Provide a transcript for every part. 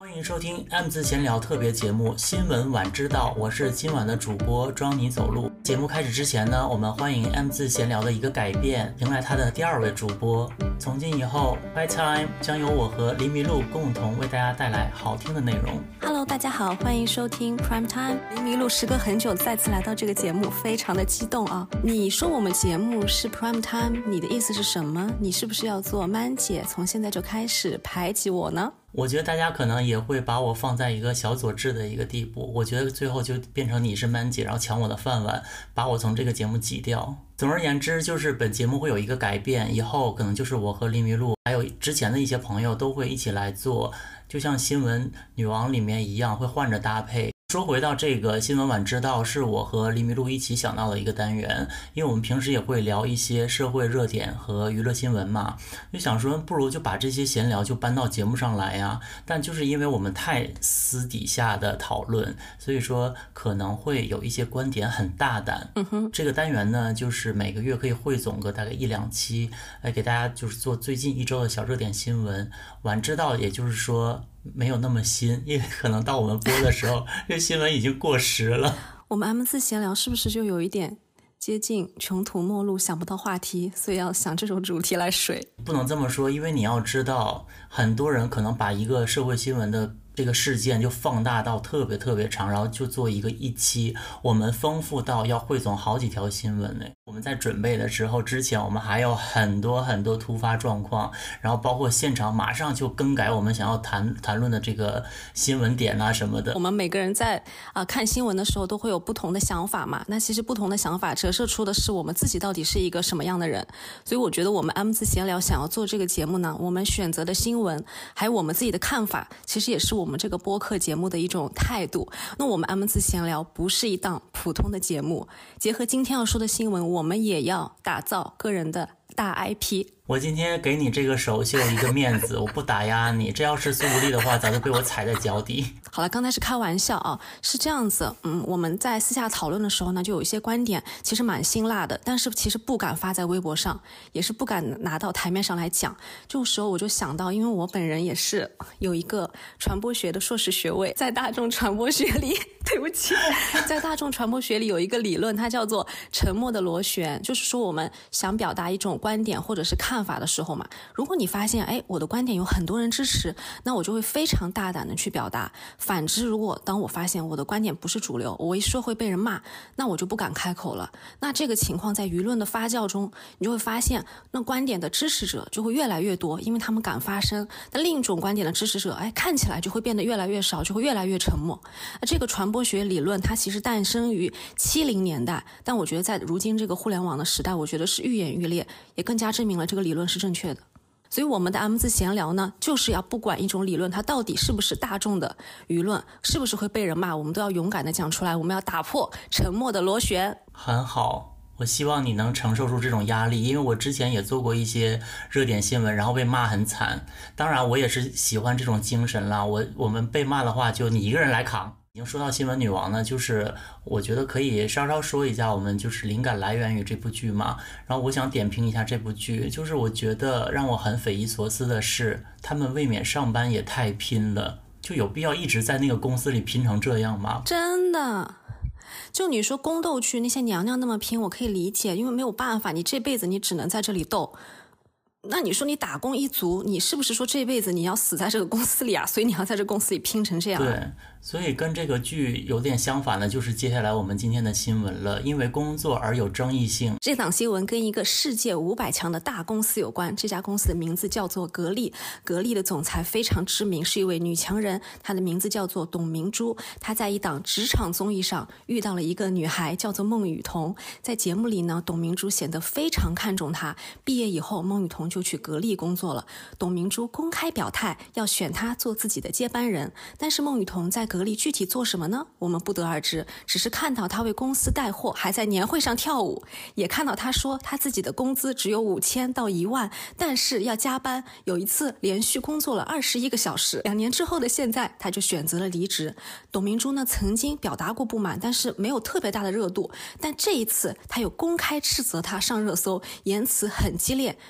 欢迎收听 M 字闲聊特别节目新闻晚知道，我是今晚的主播装你走路。节目开始之前呢，我们欢迎 M 字闲聊的一个改变，迎来他的第2位主播。从今以后 By Time 将由我和黎麋鹿共同为大家带来好听的内容。 Hello 大家好，欢迎收听 Prime Time。 黎麋鹿时隔很久再次来到这个节目，非常的激动啊！你说我们节目是 Prime Time， 你的意思是什么？你是不是要做 man 姐，从现在就开始排挤我呢？ 我觉得大家可能也会把我放在一个小左志的一个地步，我觉得最后就变成你是 man 姐，然后抢我的饭碗，把我从这个节目挤掉。总而言之，就是本节目会有一个改变，以后可能就是我和黎麋鹿还有之前的一些朋友都会一起来做，就像新闻女王里面一样，会换着搭配。说回到这个新闻晚知道，是我和黎麋鹿一起想到的一个单元，因为我们平时也会聊一些社会热点和娱乐新闻嘛，就想说不如就把这些闲聊就搬到节目上来呀。但就是因为我们太私底下的讨论，所以说可能会有一些观点很大胆。这个单元呢，就是每个月可以汇总个大概1-2期，来给大家就是做最近一周的小热点新闻。晚知道也就是说没有那么新，因为可能到我们播的时候这新闻已经过时了。 我们 M 字闲聊是不是就有一点接近穷途末路，想不到话题，所以要想这种主题来水？ 不能这么说，因为你要知道，很多人可能把一个社会新闻的这个事件就放大到特别长，然后就做一个一期。我们丰富到要汇总好几条新闻呢。我们在准备的时候，之前我们还有很多突发状况，然后包括现场马上就更改我们想要谈论的这个新闻点啊什么的。 我们每个人在看新闻的时候都会有不同的想法嘛，那其实不同的想法折射出的是我们自己到底是一个什么样的人。所以我觉得我们 M 字闲聊想要做这个节目呢，我们选择的新闻还有我们自己的看法，其实也是我们这个播客节目的一种态度。那我们 M 字闲聊不是一档普通的节目，结合今天要说的新闻，我们也要打造个人的大 IP。 我今天给你这个首秀一个面子，我不打压你，这要是苏无力的话早就被我踩在脚底。 好了，刚才是开玩笑啊，是这样子，我们在私下讨论的时候呢，就有一些观点其实蛮辛辣的，但是其实不敢发在微博上，也是不敢拿到台面上来讲。这种时候我就想到，因为我本人也是有一个传播学的硕士学位，在大众传播学里对不起，在大众传播学里有一个理论，它叫做沉默的螺旋，就是说我们想表达一种观点或者是看法的时候嘛，如果你发现我的观点有很多人支持，那我就会非常大胆的去表达。反之，如果当我发现我的观点不是主流，我一说会被人骂，那我就不敢开口了。那这个情况在舆论的发酵中，你就会发现那观点的支持者就会越来越多，因为他们敢发声。但另一种观点的支持者看起来就会变得越来越少，就会越来越沉默。这个传播学理论它其实诞生于70年代，但我觉得在如今这个互联网的时代，我觉得是愈演愈烈，也更加证明了这个理论是正确的。所以我们的 M 字闲聊呢，就是要不管一种理论它到底是不是大众的舆论，是不是会被人骂，我们都要勇敢的讲出来，我们要打破沉默的螺旋。 很好，我希望你能承受住这种压力，因为我之前也做过一些热点新闻，然后被骂很惨。当然我也是喜欢这种精神啦，我们被骂的话就你一个人来扛。已经说到新闻女王呢，就是我觉得可以稍稍说一下，我们就是灵感来源于这部剧嘛。然后我想点评一下这部剧，就是我觉得让我很匪夷所思的是，他们未免上班也太拼了，就有必要一直在那个公司里拼成这样吗？ 真的，就你说宫斗剧那些娘娘那么拼，我可以理解，因为没有办法，你这辈子你只能在这里斗。那你说你打工一族，你是不是说这辈子你要死在这个公司里啊？所以你要在这个公司里拼成这样？ 对，所以跟这个剧有点相反的就是接下来我们今天的新闻了，因为工作而有争议性。 这档新闻跟一个世界500强的大公司有关，这家公司的名字叫做格力。格力的总裁非常知名，是一位女强人，她的名字叫做董明珠。她在一档职场综艺上遇到了一个女孩叫做孟雨桐，在节目里呢，董明珠显得非常看重她。毕业以后，孟雨桐就去格力工作了。董明珠公开表态要选她做自己的接班人，但是孟雨桐在格力具体做什么呢？我们不得而知，只是看到她为公司带货，还在年会上跳舞，也看到她说她自己的工资只有5000到1万，但是要加班，有一次连续工作了21个小时。2年之后的现在，她就选择了离职。董明珠呢，曾经表达过不满，但是没有特别大的热度，但这一次她有公开斥责她上热搜，言辞很激烈。她说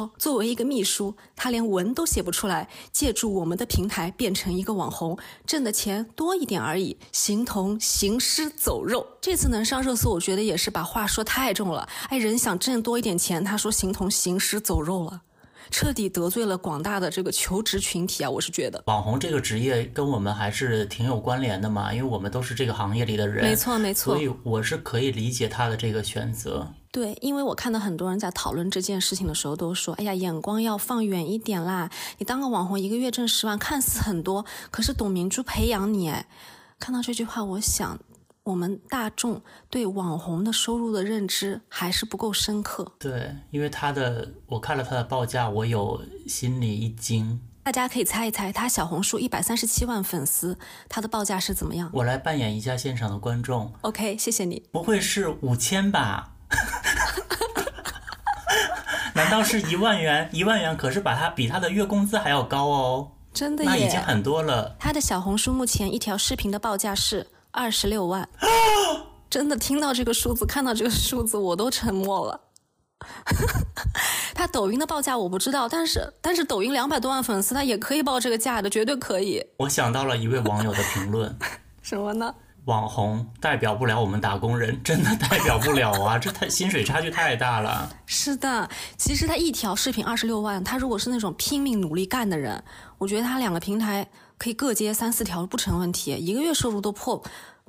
说，作为一个秘书，他连文都写不出来，借助我们的平台变成一个网红，挣的钱多一点而已，形同行尸走肉。这次能上热搜，我觉得也是把话说太重了。人想挣多一点钱，他说形同行尸走肉了，彻底得罪了广大的这个求职群体啊！我是觉得网红这个职业跟我们还是挺有关联的嘛，因为我们都是这个行业里的人。 没错没错， 所以我是可以理解他的这个选择。 对，因为我看到很多人在讨论这件事情的时候都说，哎呀，眼光要放远一点啦，你当个网红一个月挣10万看似很多，可是董明珠培养你。看到这句话，我想我们大众对网红的收入的认知还是不够深刻。 对，因为我看了他的报价，我有心里一惊。 大家可以猜一猜，他小红书137万粉丝，他的报价是怎么样？ 我来扮演一下现场的观众。 OK， 谢谢你。 不会是5000吧？难道是1万元？1万元可是比他的月工资还要高哦。 真的耶， 那已经很多了。 他的小红书目前一条视频的报价是26万。真的听到这个数字，看到这个数字我都沉默了。他抖音的报价我不知道，但是抖音200多万粉丝，他也可以报这个价的，绝对可以。 我想到了一位网友的评论。 什么呢？ 网红代表不了我们打工人，真的代表不了啊！这薪水差距太大了。 是的，其实他一条视频26万，他如果是那种拼命努力干的人，我觉得他2个平台可以各接3、4条不成问题，一个月收入都破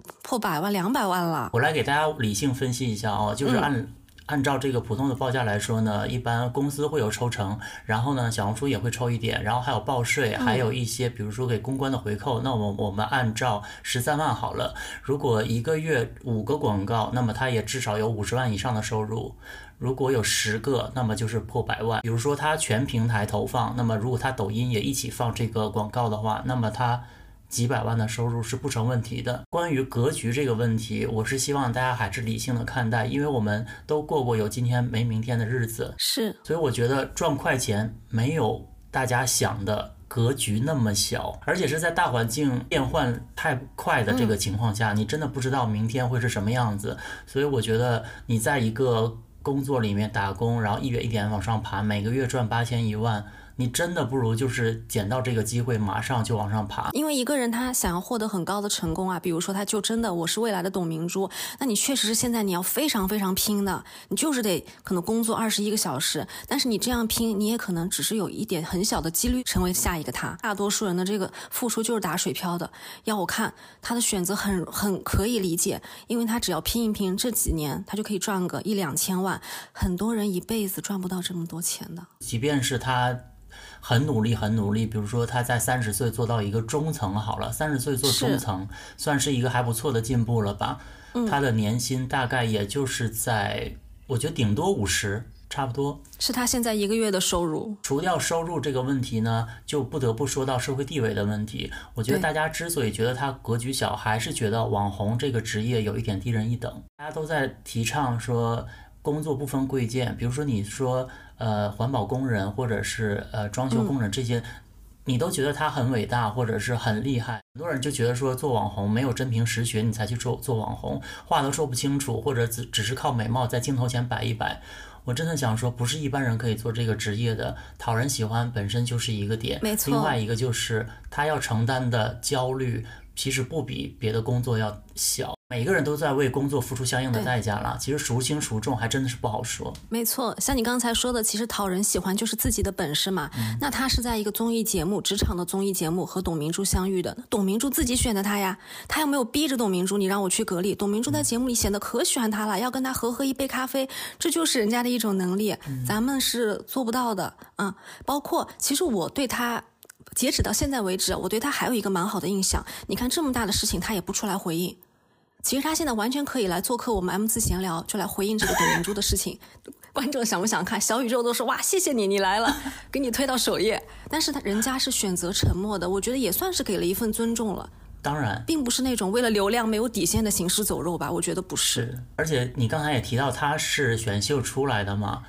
100万、200万了。 我来给大家理性分析一下哦，就是按照这个普通的报价来说呢，一般公司会有抽成，然后呢小红书也会抽一点，然后还有报税，还有一些比如说给公关的回扣。那我们按照13万好了，如果一个月5个广告，那么他也至少有50万以上的收入。如果有10个，那么就是破100万。比如说他全平台投放，那么如果他抖音也一起放这个广告的话，那么他几百万的收入是不成问题的。关于格局这个问题，我是希望大家还是理性的看待，因为我们都过过有今天没明天的日子。 是， 所以我觉得赚快钱没有大家想的格局那么小，而且是在大环境变换太快的这个情况下，你真的不知道明天会是什么样子。所以我觉得你在一个工作里面打工，然后一点一点往上爬，每个月赚8000、1万，你真的不如就是捡到这个机会马上就往上爬。 因为一个人他想要获得很高的成功啊，比如说他就真的我是未来的董明珠，那你确实是现在你要非常非常拼的，你就是得可能工作21个小时，但是你这样拼，你也可能只是有一点很小的几率成为下一个他。大多数人的这个付出就是打水漂的。要我看他的选择很可以理解，因为他只要拼一拼，这几年他就可以赚个1-2千万，很多人一辈子赚不到这么多钱的。 即便是他很努力，比如说他在30岁做到一个中层好了，30岁做中层算是一个还不错的进步了吧。他的年薪大概也就是在我觉得顶多50，差不多是他现在一个月的收入。 除掉收入这个问题呢，就不得不说到社会地位的问题。我觉得大家之所以觉得他格局小，还是觉得网红这个职业有一点低人一等。大家都在提倡说工作不分贵贱，比如说你说环保工人或者是装修工人这些，你都觉得他很伟大或者是很厉害。很多人就觉得说做网红没有真凭实学你才去做网红，话都说不清楚，或者只是靠美貌在镜头前摆一摆。我真的想说，不是一般人可以做这个职业的，讨人喜欢本身就是一个点， 没错。 另外一个就是他要承担的焦虑其实不比别的工作要小。每个人都在为工作付出相应的代价了，其实孰轻孰重还真的是不好说。 没错，像你刚才说的，其实讨人喜欢就是自己的本事嘛。那他是在一个综艺节目，职场的综艺节目和董明珠相遇的，董明珠自己选的他呀，他又没有逼着董明珠你让我去格力，董明珠在节目里显得可喜欢他了，要跟他喝一杯咖啡，这就是人家的一种能力，咱们是做不到的。包括其实我对他截止到现在为止，我对他还有一个蛮好的印象。你看这么大的事情他也不出来回应，其实他现在完全可以来做客我们 M 字闲聊，就来回应这个董明珠的事情。观众想不想看？小宇宙都说哇，谢谢你来了，给你推到首页。但是人家是选择沉默的，我觉得也算是给了一份尊重了。 当然并不是那种为了流量没有底线的行尸走肉吧，我觉得不是。 而且你刚才也提到他是选秀出来的嘛，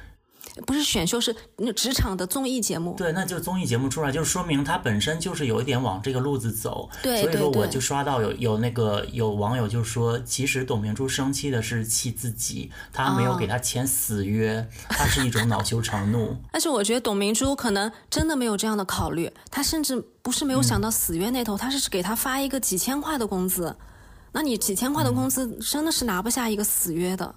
不是选秀，是职场的综艺节目。 对，那就综艺节目出来，就是说明他本身就是有一点往这个路子走。 对， 所以说我就刷到有网友就说，其实董明珠生气的是气自己，他没有给他签死约，他是一种恼羞成怒。 但是我觉得董明珠可能真的没有这样的考虑，他甚至不是没有想到死约那头，他是给他发一个几千块的工资，那你几千块的工资真的是拿不下一个死约的。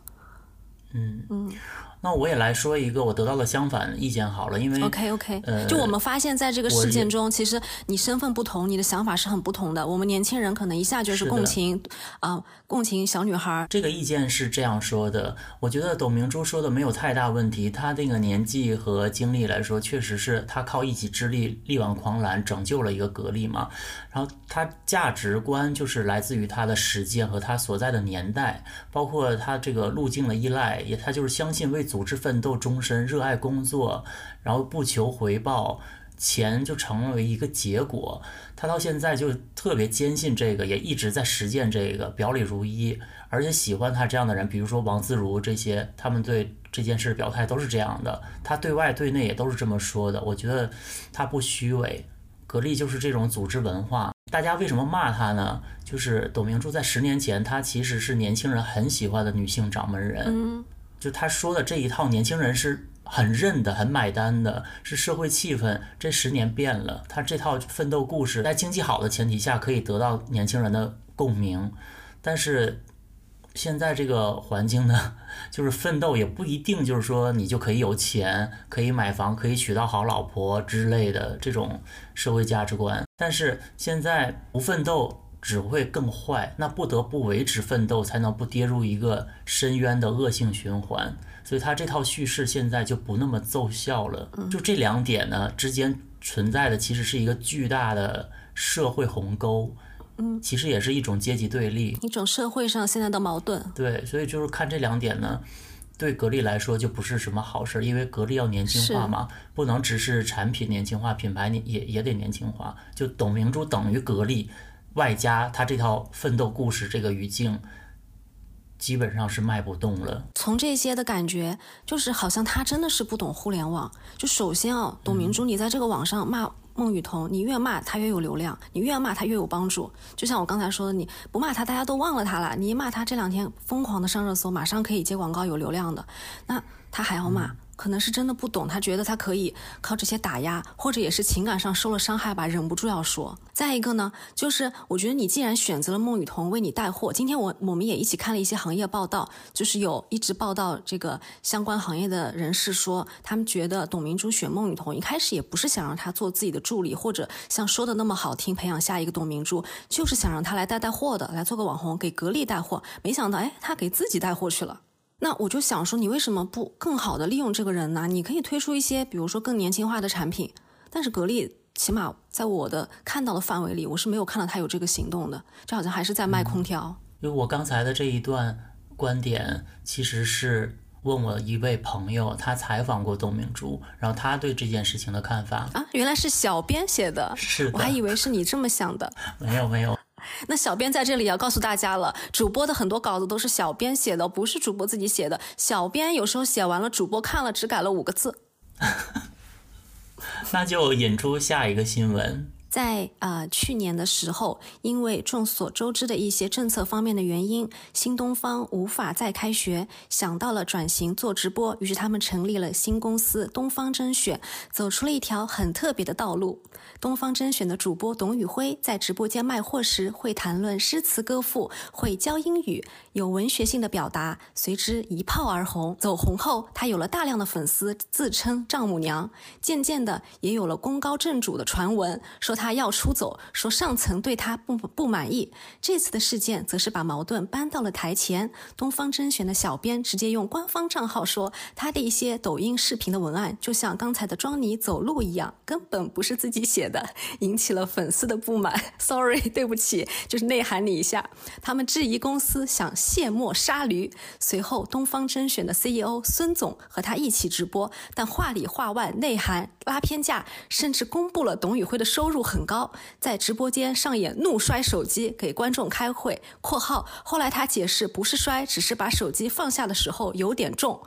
那我也来说一个我得到的相反意见好了，因为 OK， 就我们发现在这个事件中，其实你身份不同，你的想法是很不同的。我们年轻人可能一下就是共情共情小女孩。 这个意见是这样说的，我觉得董明珠说的没有太大问题，她这个年纪和经历来说，确实是她靠一己之力力挽狂澜，拯救了一个格力嘛。然后她价值观就是来自于她的实践和她所在的年代，包括她这个路径的依赖，也她就是相信为组织奋斗终身，热爱工作，然后不求回报，钱就成为一个结果。他到现在就特别坚信这个，也一直在实践这个，表里如一。而且喜欢他这样的人，比如说王自如这些，他们对这件事表态都是这样的，他对外对内也都是这么说的。我觉得他不虚伪，格力就是这种组织文化。大家为什么骂他呢？就是董明珠在10年前，她其实是年轻人很喜欢的女性掌门人。就他说的这一套，年轻人是很认的，很买单的，是社会气氛。这10年变了，他这套奋斗故事在经济好的前提下可以得到年轻人的共鸣，但是现在这个环境呢，就是奋斗也不一定就是说你就可以有钱，可以买房，可以娶到好老婆之类的这种社会价值观。但是现在不奋斗只会更坏，那不得不为之奋斗，才能不跌入一个深渊的恶性循环。所以他这套叙事现在就不那么奏效了。就这两点呢之间存在的其实是一个巨大的社会鸿沟，其实也是一种阶级对立， 一种社会上现在的矛盾。 对，所以就是看这两点呢，对格力来说就不是什么好事，因为格力要年轻化嘛，不能只是产品年轻化，品牌也得年轻化。就董明珠等于格力，外加他这套奋斗故事这个语境，基本上是卖不动了。 从这些的感觉，就是好像他真的是不懂互联网。就首先董明珠，你在这个网上骂孟雨桐，你越骂他越有流量，你越骂他越有帮助。就像我刚才说的，你不骂他，大家都忘了他了；你一骂他，这2天疯狂的上热搜，马上可以接广告，有流量的。那他还要骂，可能是真的不懂，他觉得他可以靠这些打压，或者也是情感上受了伤害吧，忍不住要说。再一个呢，就是我觉得你既然选择了孟雨桐为你带货，今天我们也一起看了一些行业报道，就是有一直报道这个相关行业的人士说，他们觉得董明珠选孟雨桐一开始也不是想让他做自己的助理，或者像说的那么好听，培养下一个董明珠，就是想让他来带货的，来做个网红，给格力带货。没想到他给自己带货去了。那我就想说，你为什么不更好的利用这个人呢？你可以推出一些比如说更年轻化的产品，但是格力起码在我的看到的范围里，我是没有看到他有这个行动的，这好像还是在卖空调。 因为我刚才的这一段观点其实是问我一位朋友，他采访过董明珠，然后他对这件事情的看法啊，原来是小编写的。 是的， 我还以为是你这么想的。 没有。 那小编在这里要告诉大家了，主播的很多稿子都是小编写的，不是主播自己写的。小编有时候写完了，主播看了只改了5个字。 那就引出下一个新闻。 在去年的时候，因为众所周知的一些政策方面的原因，新东方无法再开学，想到了转型做直播，于是他们成立了新公司东方甄选，走出了一条很特别的道路。东方甄选的主播董宇辉在直播间卖货时会谈论诗词歌赋，会教英语，有文学性的表达，随之一炮而红。走红后，他有了大量的粉丝，自称丈母娘，渐渐的也有了功高震主的传闻，说他要出走，说上层对他不满意。这次的事件则是把矛盾搬到了台前，东方甄选的小编直接用官方账号说，他的一些抖音视频的文案就像刚才的庄妮走路一样，根本不是自己写的，引起了粉丝的不满。Sorry， 对不起，就是内涵你一下。他们质疑公司想卸磨杀驴。随后东方甄选的 CEO 孙总和他一起直播，但话里话外内涵拉偏架，甚至公布了董宇辉的收入很高，在直播间上演怒摔手机给观众开会（括号后来他解释不是摔，只是把手机放下的时候有点重）。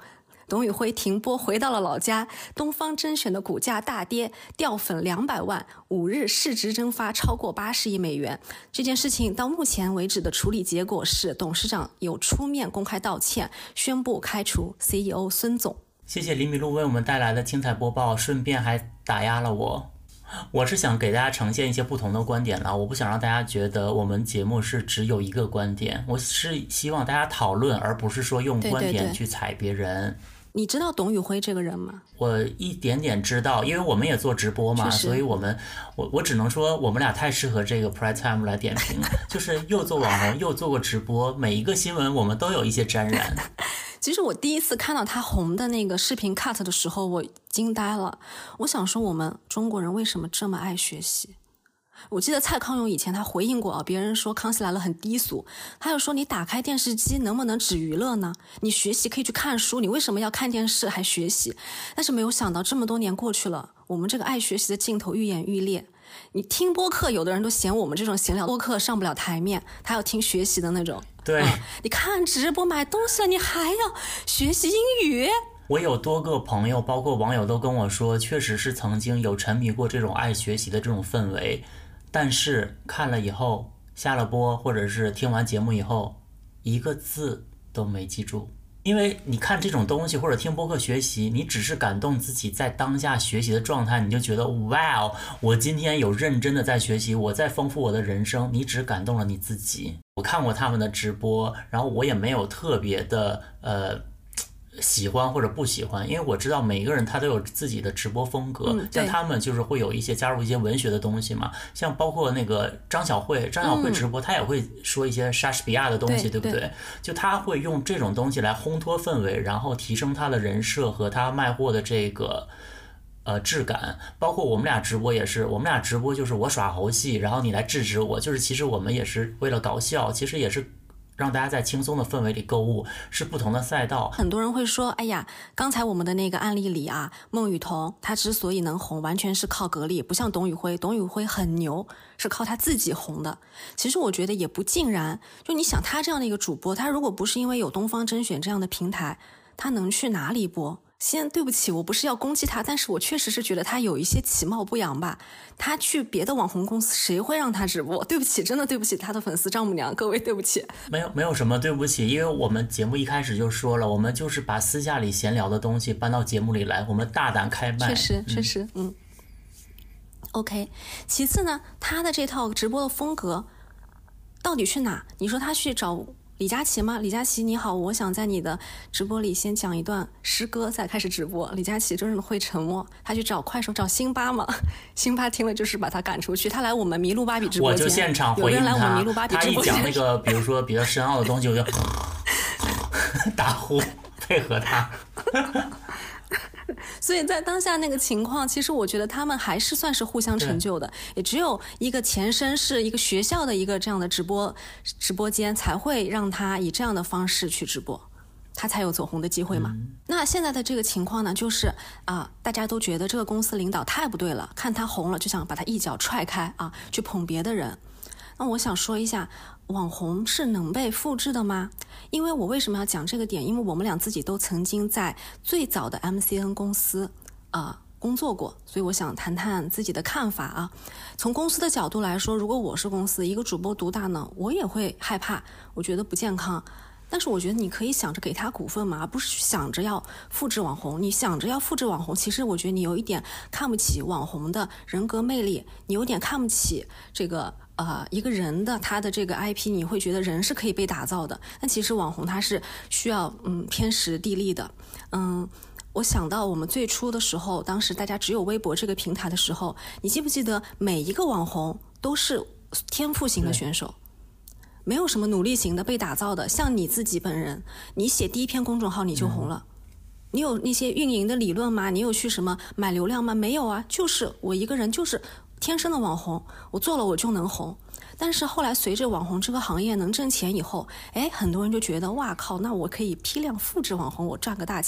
董宇辉停播回到了老家，东方甄选的股价大跌，掉粉200万，5日市值蒸发超过80亿美元。这件事情到目前为止的处理结果是，董事长有出面公开道歉，宣布开除 CEO 孙总。 谢谢李米露为我们带来的精彩播报，顺便还打压了我。我是想给大家呈现一些不同的观点啦，我不想让大家觉得我们节目是只有一个观点，我是希望大家讨论，而不是说用观点去踩别人。 对。你知道董宇辉这个人吗？ 我一点点知道，因为我们也做直播嘛，所以我只能说我们俩太适合这个 Prime Time 来点评，就是又做网红又做过直播，每一个新闻我们都有一些沾染。 其实我第一次看到他红的那个视频 cut 的时候，我惊呆了。我想说，我们中国人为什么这么爱学习？我记得蔡康永以前他回应过别人说康熙来了很低俗，他就说你打开电视机能不能只娱乐呢？你学习可以去看书，你为什么要看电视还学习？但是没有想到这么多年过去了，我们这个爱学习的劲头愈演愈烈。你听播客，有的人都嫌我们这种闲聊播客上不了台面，他要听学习的那种。 对， 你看直播买东西了，你还要学习英语。 我有多个朋友包括网友都跟我说，确实是曾经有沉迷过这种爱学习的这种氛围，但是看了以后，下了播或者是听完节目以后，一个字都没记住。因为你看这种东西或者听播客学习，你只是感动自己在当下学习的状态，你就觉得哇哦，我今天有认真的在学习，我在丰富我的人生，你只感动了你自己。我看过他们的直播，然后我也没有特别的喜欢或者不喜欢，因为我知道每个人他都有自己的直播风格，像他们就是会有一些加入一些文学的东西嘛，像包括那个张小慧直播，他也会说一些莎士比亚的东西，对不对？就他会用这种东西来烘托氛围，然后提升他的人设和他卖货的这个质感。包括我们俩直播也是，我们俩直播就是我耍猴戏，然后你来制止我，就是其实我们也是为了搞笑，其实也是让大家在轻松的氛围里购物，是不同的赛道。 很多人会说，哎呀，刚才我们的那个案例里啊，孟雨桐她之所以能红，完全是靠格力，不像董宇辉很牛，是靠他自己红的。其实我觉得也不尽然，就你想他这样的一个主播，他如果不是因为有东方甄选这样的平台，他能去哪里播？先对不起，我不是要攻击他，但是我确实是觉得他有一些其貌不扬吧。他去别的网红公司，谁会让他直播？对不起，真的对不起他的粉丝丈母娘，各位对不起。 没有什么对不起，因为我们节目一开始就说了，我们就是把私下里闲聊的东西搬到节目里来，我们大胆开麦。 确实OK， 其次呢，他的这套直播的风格到底去哪？你说他去找李佳琦吗？李佳琦你好，我想在你的直播里先讲一段诗歌，再开始直播。李佳琦真的会沉默。他去找快手找辛巴吗？辛巴听了就是把他赶出去。他来我们麋鹿芭比直播间， 我就现场回应他。 有人来我们麋鹿芭比直播间， 他一讲那个比如说比较深奥的东西，我就打呼配合他。 所以在当下那个情况，其实我觉得他们还是算是互相成就的，也只有一个前身是一个学校的一个这样的直播间，才会让他以这样的方式去直播，他才有走红的机会嘛。那现在的这个情况呢，就是大家都觉得这个公司领导太不对了，看他红了就想把他一脚踹开去捧别的人。那我想说一下，网红是能被复制的吗？因为我为什么要讲这个点？因为我们俩自己都曾经在最早的 MCN 公司工作过，所以我想谈谈自己的看法从公司的角度来说，如果我是公司一个主播独大呢，我也会害怕，我觉得不健康。但是我觉得你可以想着给他股份嘛，而不是想着要复制网红。你想着要复制网红，其实我觉得你有一点看不起网红的人格魅力，你有点看不起这个一个人的他的这个 IP， 你会觉得人是可以被打造的，但其实网红他是需要天时地利的。我想到我们最初的时候，当时大家只有微博这个平台的时候，你记不记得每一个网红都是天赋型的选手，没有什么努力型的被打造的。像你自己本人，你写第一篇公众号你就红了，你有那些运营的理论吗？你有去什么买流量吗？没有啊，就是我一个人就是天生的网红，我做了我就能红。但是后来随着网红这个行业能挣钱以后，很多人就觉得哇靠，那我可以批量复制网红，我赚个大钱。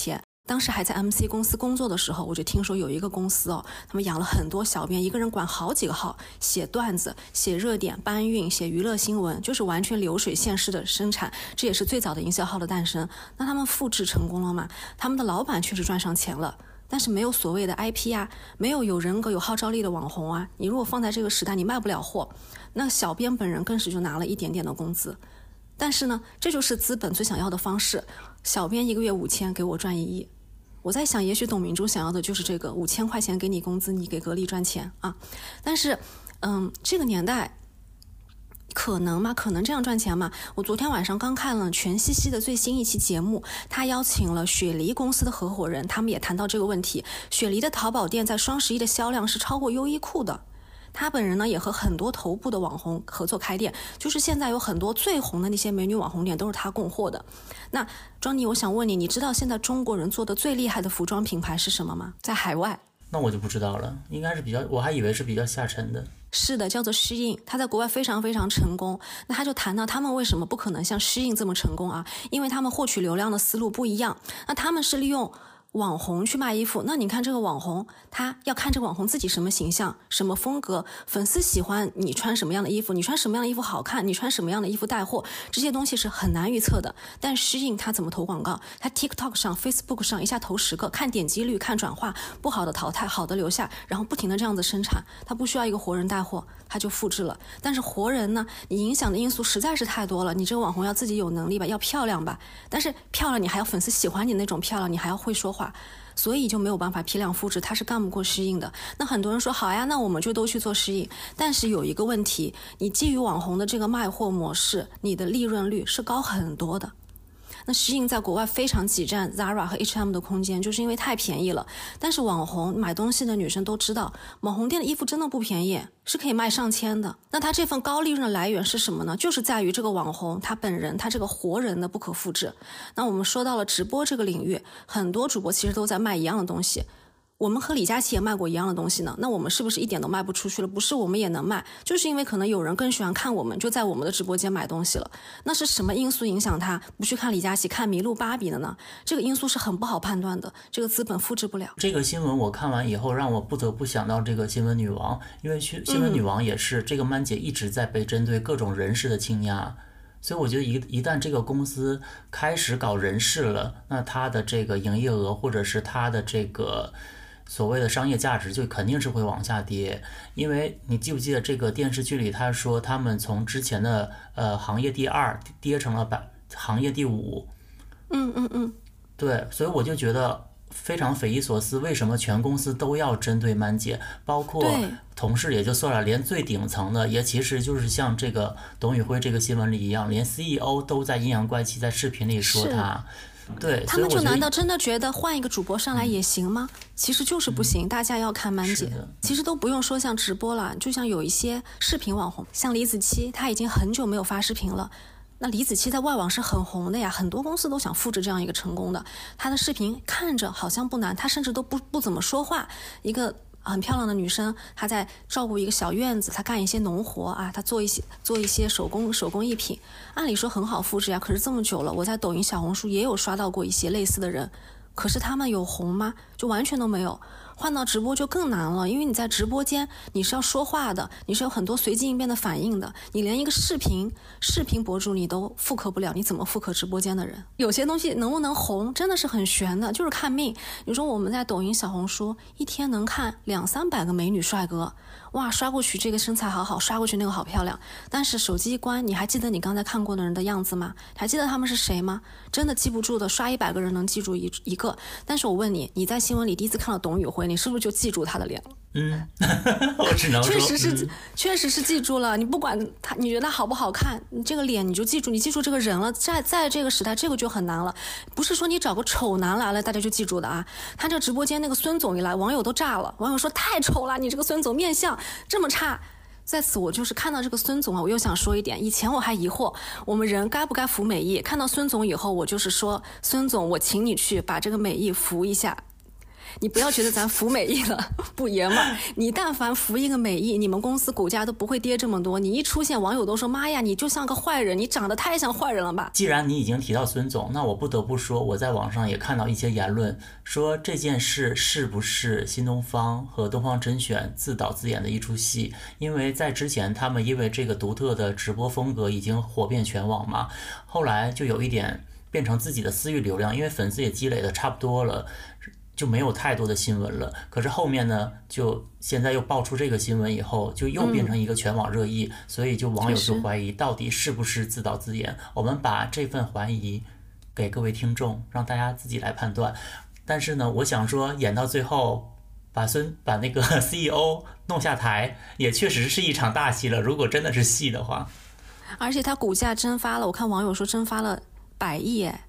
当时还在 MC 公司工作的时候，我就听说有一个公司他们养了很多小编，一个人管好几个号，写段子、写热点、搬运、写娱乐新闻，就是完全流水线式的生产，这也是最早的营销号的诞生。那他们复制成功了吗？他们的老板确实赚上钱了，但是没有所谓的 IP 啊，没有人格有号召力的网红啊，你如果放在这个时代，你卖不了货。那小编本人更是就拿了一点点的工资。但是呢，这就是资本最想要的方式，小编1个月5000，给我赚1亿。我在想，也许董明珠想要的就是这个，5000块钱给你工资，你给格力赚钱啊。但是这个年代可能吗？可能这样赚钱吗？我昨天晚上刚看了全西西的最新一期节目，他邀请了雪梨公司的合伙人，他们也谈到这个问题。雪梨的淘宝店在双11的销量是超过优衣库的。他本人呢也和很多头部的网红合作开店，就是现在有很多最红的那些美女网红店都是他供货的。那庄妮，我想问你，你知道现在中国人做的最厉害的服装品牌是什么吗？在海外？ 那我就不知道了，应该是我还以为是比较下沉的。 是的，叫做 Shein， 他在国外非常非常成功。那他就谈到他们为什么不可能像 Shein 这么成功啊？因为他们获取流量的思路不一样。那他们是利用网红去卖衣服，那你看这个网红，他要看这个网红自己什么形象、什么风格，粉丝喜欢你穿什么样的衣服，你穿什么样的衣服好看，你穿什么样的衣服带货，这些东西是很难预测的。但Shein他怎么投广告？他 TikTok 上、Facebook 上一下投10个，看点击率、看转化，不好的淘汰，好的留下，然后不停的这样子生产，他不需要一个活人带货，他就复制了。但是活人呢，你影响的因素实在是太多了，你这个网红要自己有能力吧，要漂亮吧，但是漂亮你还要粉丝喜欢你那种漂亮，你还要会说话，所以就没有办法批量复制，它是干不过Shein的。那很多人说好呀，那我们就都去做Shein，但是有一个问题，你基于网红的这个卖货模式，你的利润率是高很多的。那Shein在国外非常挤占 Zara 和 H&M 的空间，就是因为太便宜了。但是网红买东西的女生都知道，网红店的衣服真的不便宜，是可以卖上千的。那它这份高利润的来源是什么呢？就是在于这个网红他本人，他这个活人的不可复制。那我们说到了直播这个领域，很多主播其实都在卖一样的东西。我们和李佳琦也卖过一样的东西呢，那我们是不是一点都卖不出去了？不是，我们也能卖，就是因为可能有人更喜欢看我们，就在我们的直播间买东西了。那是什么因素影响他不去看李佳琦，看麋鹿芭比的呢？这个因素是很不好判断的，这个资本复制不了。 这个新闻我看完以后，让我不得不想到这个新闻女王，因为新闻女王也是这个曼姐一直在被针对各种人事的倾轧。所以我觉得一旦这个公司开始搞人事了，那它的这个营业额或者是它的这个所谓的商业价值就肯定是会往下跌。因为你记不记得这个电视剧里他说他们从之前的行业第2跌成了行业第5。对，所以我就觉得非常匪夷所思，为什么全公司都要针对曼姐，包括同事也就算了，连最顶层的也其实就是像这个董宇辉这个新闻里一样，连 CEO 都在阴阳怪气，在视频里说他。对， 他们就难道真的觉得换一个主播上来也行吗？其实就是不行，大家要看曼姐。其实都不用说像直播了，就像有一些视频网红，像李子柒，他已经很久没有发视频了。那李子柒在外网是很红的呀，很多公司都想复制这样一个成功的。她的视频看着好像不难，她甚至都不怎么说话，一个很漂亮的女生，她在照顾一个小院子，她干一些农活啊，她做一些手工艺品，按理说很好复制呀。可是这么久了，我在抖音、小红书也有刷到过一些类似的人，可是他们有红吗？就完全都没有。换到直播就更难了，因为你在直播间你是要说话的，你是有很多随机应变的反应的，你连一个视频博主你都复刻不了，你怎么复刻直播间的人？有些东西能不能红真的是很悬的，就是看命。你说我们在抖音、小红书一天能看200-300个美女帅哥，哇，刷过去这个身材好好，刷过去那个好漂亮，但是手机一关，你还记得你刚才看过的人的样子吗？还记得他们是谁吗？真的记不住的，刷100个人能记住一个。但是我问你，你在新闻里第一次看到董宇辉，你是不是就记住他的脸了？ 我只能说确实是记住了。你不管他，你觉得他好不好看，你这个脸你就记住，你记住这个人了。在这个时代，这个就很难了。不是说你找个丑男来了大家就记住的啊。他这直播间那个孙总一来，网友都炸了，网友说太丑了，你这个孙总面相这么差。在此我就是看到这个孙总啊，我又想说一点，以前我还疑惑我们人该不该服美役，看到孙总以后我就是说，孙总我请你去把这个美役服一下。 你不要觉得咱服美役了不爷们儿，你但凡服一个美役，你们公司股价都不会跌这么多。你一出现，网友都说妈呀，你就像个坏人，你长得太像坏人了吧。 既然你已经提到孙总，那我不得不说，我在网上也看到一些言论，说这件事是不是新东方和东方甄选自导自演的一出戏？因为在之前他们因为这个独特的直播风格已经火遍全网嘛，后来就有一点变成自己的私域流量，因为粉丝也积累的差不多了，就没有太多的新闻了。可是后面呢，就现在又爆出这个新闻以后，就又变成一个全网热议，所以就网友就怀疑到底是不是自导自演。我们把这份怀疑给各位听众，让大家自己来判断。但是呢，我想说，演到最后把那个 CEO 弄下台，也确实是一场大戏了。如果真的是戏的话， 而且他股价蒸发了，我看网友说蒸发了100亿哎。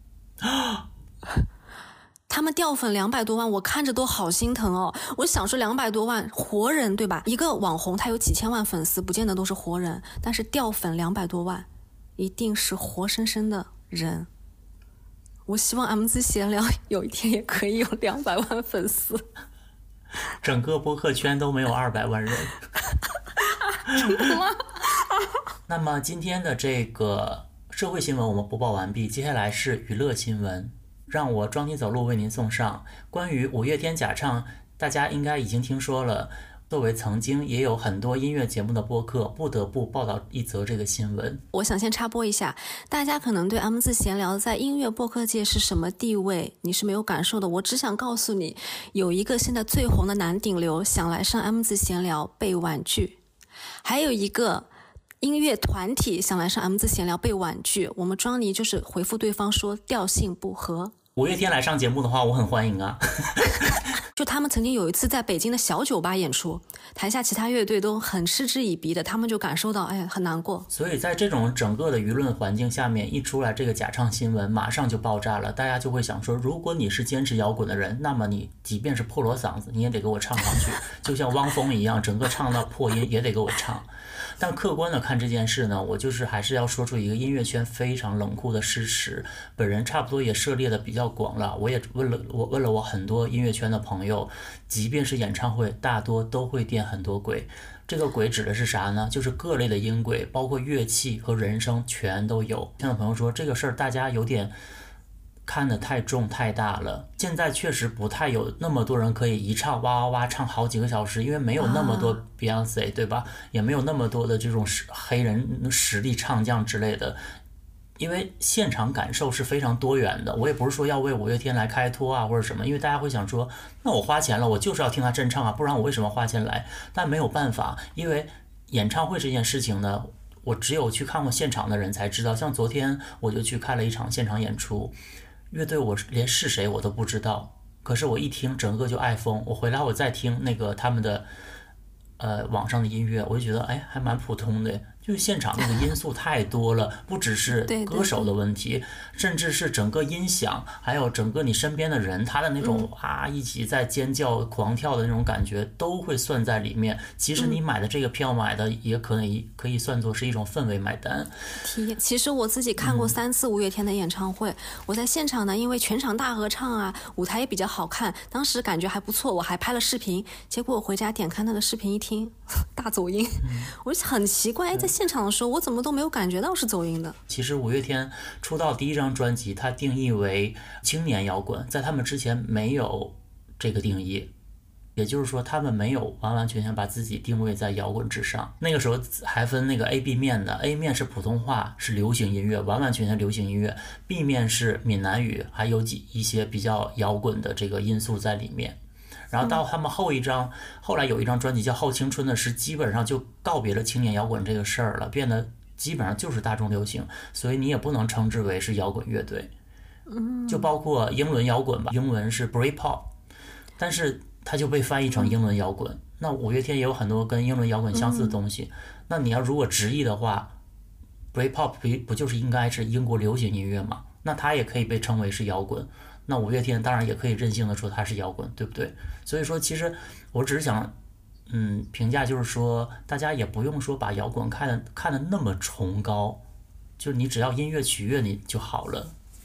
他们掉粉200多万，我看着都好心疼哦。我想说200多万活人对吧？一个网红他有几千万粉丝，不见得都是活人，但是掉粉200多万，一定是活生生的人。我希望 M 字闲聊有一天也可以有200万粉丝。 整个播客圈都没有200万人。 真的吗？ 那么今天的这个社会新闻我们播报完毕，接下来是娱乐新闻。让我装你走路为您送上关于五月天假唱，大家应该已经听说了。作为曾经也有很多音乐节目的播客，不得不报道一则这个新闻。 我想先插播一下，大家可能对 M 字闲聊在音乐播客界是什么地位，你是没有感受的。我只想告诉你，有一个现在最红的男顶流想来上 M 字闲聊被婉拒，还有一个音乐团体想来上 M 字闲聊被婉拒，我们庄尼就是回复对方说调性不合。 五月天来上节目的话，我很欢迎啊。 就他们曾经有一次在北京的小酒吧演出，台下其他乐队都很嗤之以鼻的，他们就感受到很难过。 所以在这种整个的舆论环境下面，一出来这个假唱新闻马上就爆炸了，大家就会想说，如果你是坚持摇滚的人，那么你即便是破锣嗓子你也得给我唱上去，就像汪峰一样，整个唱到破音也得给我唱。但客观的看这件事呢，我就是还是要说出一个音乐圈非常冷酷的事实。本人差不多也涉猎的比较广了，我也问了我很多音乐圈的朋友，即便是演唱会，大多都会垫很多轨。这个轨指的是啥呢？就是各类的音轨，包括乐器和人声全都有。现在朋友说这个事儿大家有点看得太重太大了，现在确实不太有那么多人可以一唱哇哇哇唱好几个小时，因为没有那么多 Beyonce 对吧，也没有那么多的这种黑人实力唱将之类的，因为现场感受是非常多元的。我也不是说要为五月天来开脱啊或者什么，因为大家会想说那我花钱了，我就是要听他真唱啊，不然我为什么花钱来？但没有办法，因为演唱会这件事情呢，我只有去看过现场的人才知道。像昨天我就去看了一场现场演出，乐队我连是谁我都不知道，可是我一听整个就爱疯。我回来我再听那个他们的网上的音乐，我就觉得还蛮普通的，就是现场那个因素太多了，不只是歌手的问题，甚至是整个音响，还有整个你身边的人，他的那种一起在尖叫狂跳的那种感觉都会算在里面。其实你买的这个票买的也可以算作是一种氛围买单体验。其实我自己看过3次五月天的演唱会，我在现场呢，因为全场大合唱啊，舞台也比较好看，当时感觉还不错，我还拍了视频。结果我回家点开那个视频一听，大走音，我就很奇怪，在现场的时候我怎么都没有感觉到是走音的。 其实五月天出道第一张专辑它定义为青年摇滚，在他们之前没有这个定义，也就是说他们没有完完全全把自己定位在摇滚之上。那个时候还分那个 A B 面的， A 面是普通话，是流行音乐，完完全全流行音乐， B 面是闽南语，还有一些比较摇滚的这个因素在里面。然后到他们后来有一张专辑叫《后青春》的，是基本上就告别了青年摇滚这个事儿了，变得基本上就是大众流行，所以你也不能称之为是摇滚乐队。就包括英伦摇滚吧，英文是 Britpop， 但是它就被翻译成英伦摇滚。那五月天也有很多跟英伦摇滚相似的东西。那你要如果直译的话， Britpop 不就是应该是英国流行音乐吗？那它也可以被称为是摇滚。那五月天当然也可以任性的说它是摇滚，对不对？所以说其实我只是想评价，就是说大家也不用说把摇滚看得那么崇高，就是你只要音乐取悦你就好了。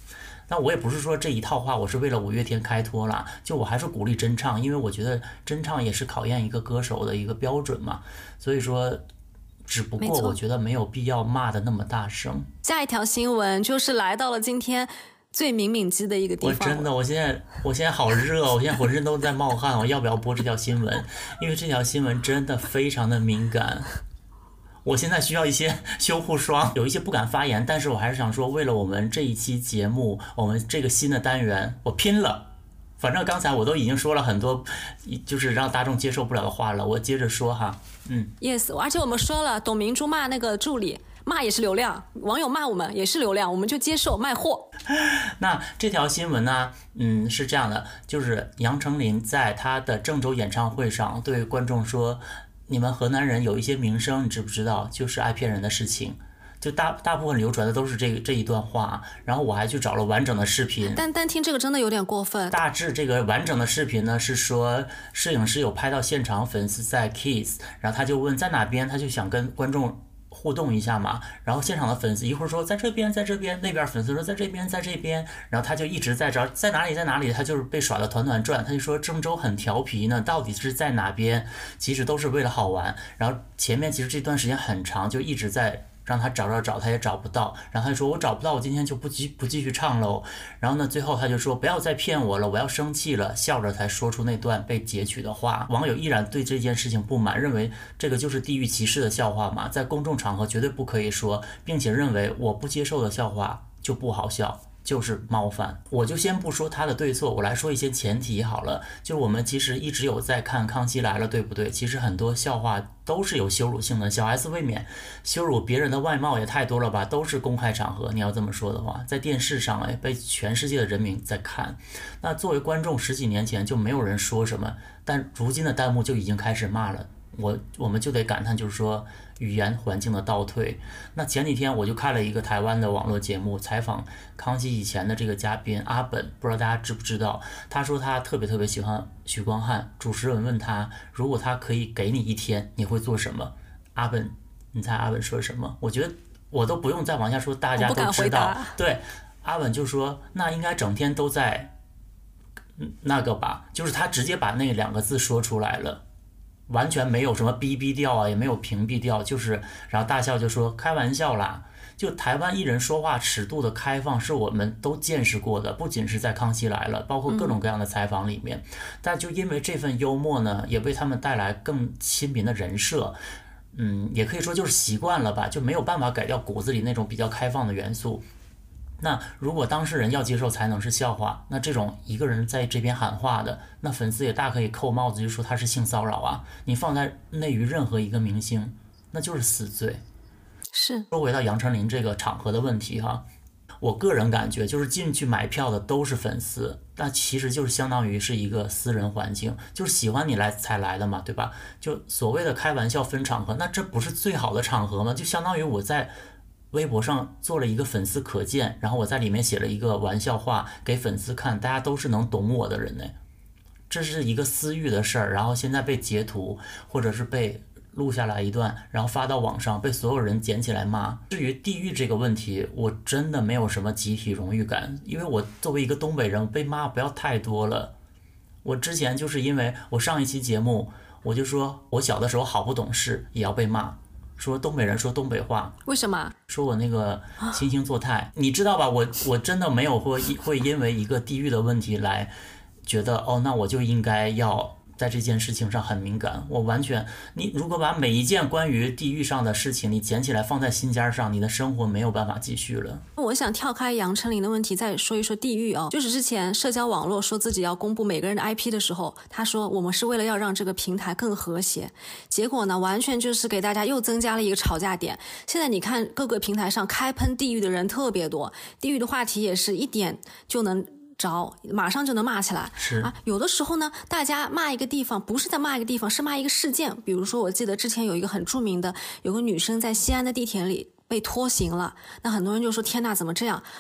但我也不是说这一套话我是为了五月天开脱啦，就我还是鼓励真唱，因为我觉得真唱也是考验一个歌手的一个标准嘛，所以说只不过我觉得没有必要骂的那么大声。 下一条新闻就是来到了今天最敏机的一个地方。 我真的，我现在好热，我现在浑身都在冒汗，我要不要播这条新闻？因为这条新闻真的非常的敏感。我现在需要一些修护霜，有一些不敢发言，但是我还是想说，为了我们这一期节目，我们这个新的单元，我拼了。反正刚才我都已经说了很多，就是让大众接受不了的话了，我接着说哈。 Yes， 而且我们说了，董明珠骂那个助理，骂也是流量，网友骂我们也是流量，我们就接受卖货。 那这条新闻呢，是这样的，就是杨丞琳在他的郑州演唱会上对观众说，你们河南人有一些名声，你知不知道？就是爱骗人的事情。就大部分流传的都是这一段话，然后我还去找了完整的视频。 但听这个真的有点过分。 大致这个完整的视频呢，是说摄影师有拍到现场粉丝在 kiss， 然后他就问在哪边，他就想跟观众互动一下嘛，然后现场的粉丝一会儿说在这边，那边粉丝说在这边，然后他就一直在找在哪里，他就是被耍得团团转，他就说郑州很调皮呢，到底是在哪边？其实都是为了好玩，然后前面其实这段时间很长，就一直在让他找，他也找不到，然后他就说我找不到，我今天就不继续唱喽。然后呢，最后他就说不要再骗我了，我要生气了，笑着才说出那段被截取的话。网友依然对这件事情不满，认为这个就是地域歧视的笑话嘛，在公众场合绝对不可以说，并且认为我不接受的笑话就不好笑，就是冒犯。我就先不说他的对错，我来说一些前提好了。就是我们其实一直有在看康熙来了，对不对？其实很多笑话都是有羞辱性的，小 S 未免羞辱别人的外貌也太多了吧，都是公开场合，你要这么说的话，在电视上被全世界的人民在看。那作为观众10几年前就没有人说什么，但如今的弹幕就已经开始骂了。我们就得感叹，就是说语言环境的倒退。那前几天我就看了一个台湾的网络节目，采访康熙以前的这个嘉宾阿本，不知道大家知不知道？他说他特别喜欢许光汉。主持人问他，如果他可以给你一天，你会做什么？阿本，你猜阿本说什么？我觉得我都不用再往下说，大家都知道。对，阿本就说那应该整天都在那个吧，就是他直接把那2个字说出来了。完全没有什么逼调啊，也没有屏蔽调，就是然后大笑就说开玩笑啦。就台湾艺人说话尺度的开放是我们都见识过的，不仅是在康熙来了，包括各种各样的采访里面。但就因为这份幽默呢，也为他们带来更亲民的人设。也可以说就是习惯了吧，就没有办法改掉骨子里那种比较开放的元素。那如果当事人要接受才能是笑话，那这种一个人在这边喊话的，那粉丝也大可以扣帽子，就说他是性骚扰啊。你放在内娱任何一个明星，那就是死罪。 是。 说回到杨丞琳这个场合的问题哈，我个人感觉就是进去买票的都是粉丝，那其实就是相当于是一个私人环境，就是喜欢你来才来的嘛，对吧？就所谓的开玩笑分场合，那这不是最好的场合吗？就相当于我在微博上做了一个粉丝可见，然后我在里面写了一个玩笑话给粉丝看，大家都是能懂我的人呢。这是一个私域的事儿，然后现在被截图或者是被录下来一段，然后发到网上，被所有人捡起来骂。至于地域这个问题，我真的没有什么集体荣誉感，因为我作为一个东北人，被骂不要太多了。我之前就是因为我上一期节目我就说我小的时候好不懂事，也要被骂。说东北人说东北话， 为什么？ 说我那个惺惺作态，你知道吧？我真的没有会因为一个地域的问题来觉得那我就应该要在这件事情上很敏感。我完全，你如果把每一件关于地域上的事情你捡起来放在心尖上，你的生活没有办法继续了。 我想跳开杨丞琳的问题再说一说地域就是之前社交网络说自己要公布每个人的 IP 的时候，他说我们是为了要让这个平台更和谐，结果呢完全就是给大家又增加了一个吵架点。现在你看各个平台上开喷地域的人特别多，地域的话题也是一点就能马上就能骂起来。 是有的时候呢，大家骂一个地方不是在骂一个地方，是骂一个事件。比如说我记得之前有一个很著名的，有个女生在西安的地铁里被拖行了，那很多人就说天哪怎么这样，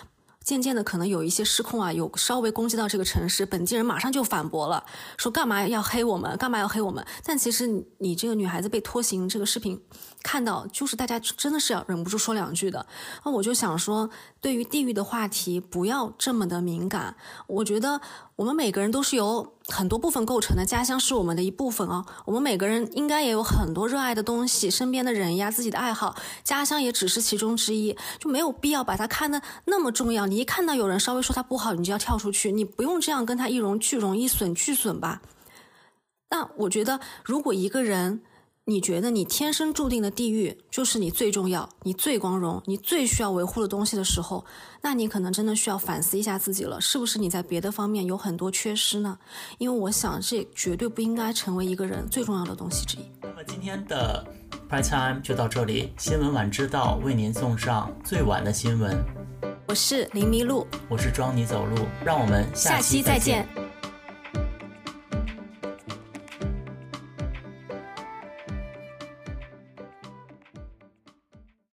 渐渐的可能有一些失控啊，有稍微攻击到这个城市，本地人马上就反驳了，说干嘛要黑我们，干嘛要黑我们。但其实你这个女孩子被拖行这个视频看到，就是大家真的是要忍不住说两句的。那我就想说，对于地域的话题不要这么的敏感。我觉得我们每个人都是由很多部分构成的，家乡是我们的一部分哦。我们每个人应该也有很多热爱的东西，身边的人呀，自己的爱好，家乡也只是其中之一，就没有必要把它看得那么重要。你一看到有人稍微说他不好，你就要跳出去，你不用这样跟他一荣俱荣，一损俱损吧。那我觉得，如果一个人你觉得你天生注定的地域就是你最重要、你最光荣、你最需要维护的东西的时候，那你可能真的需要反思一下自己了，是不是你在别的方面有很多缺失呢？因为我想这绝对不应该成为一个人最重要的东西之一。 那么今天的 Prime Time 就到这里，新闻晚知道为您送上最晚的新闻。 我是林麋鹿， 我是装你走路，让我们下期再见。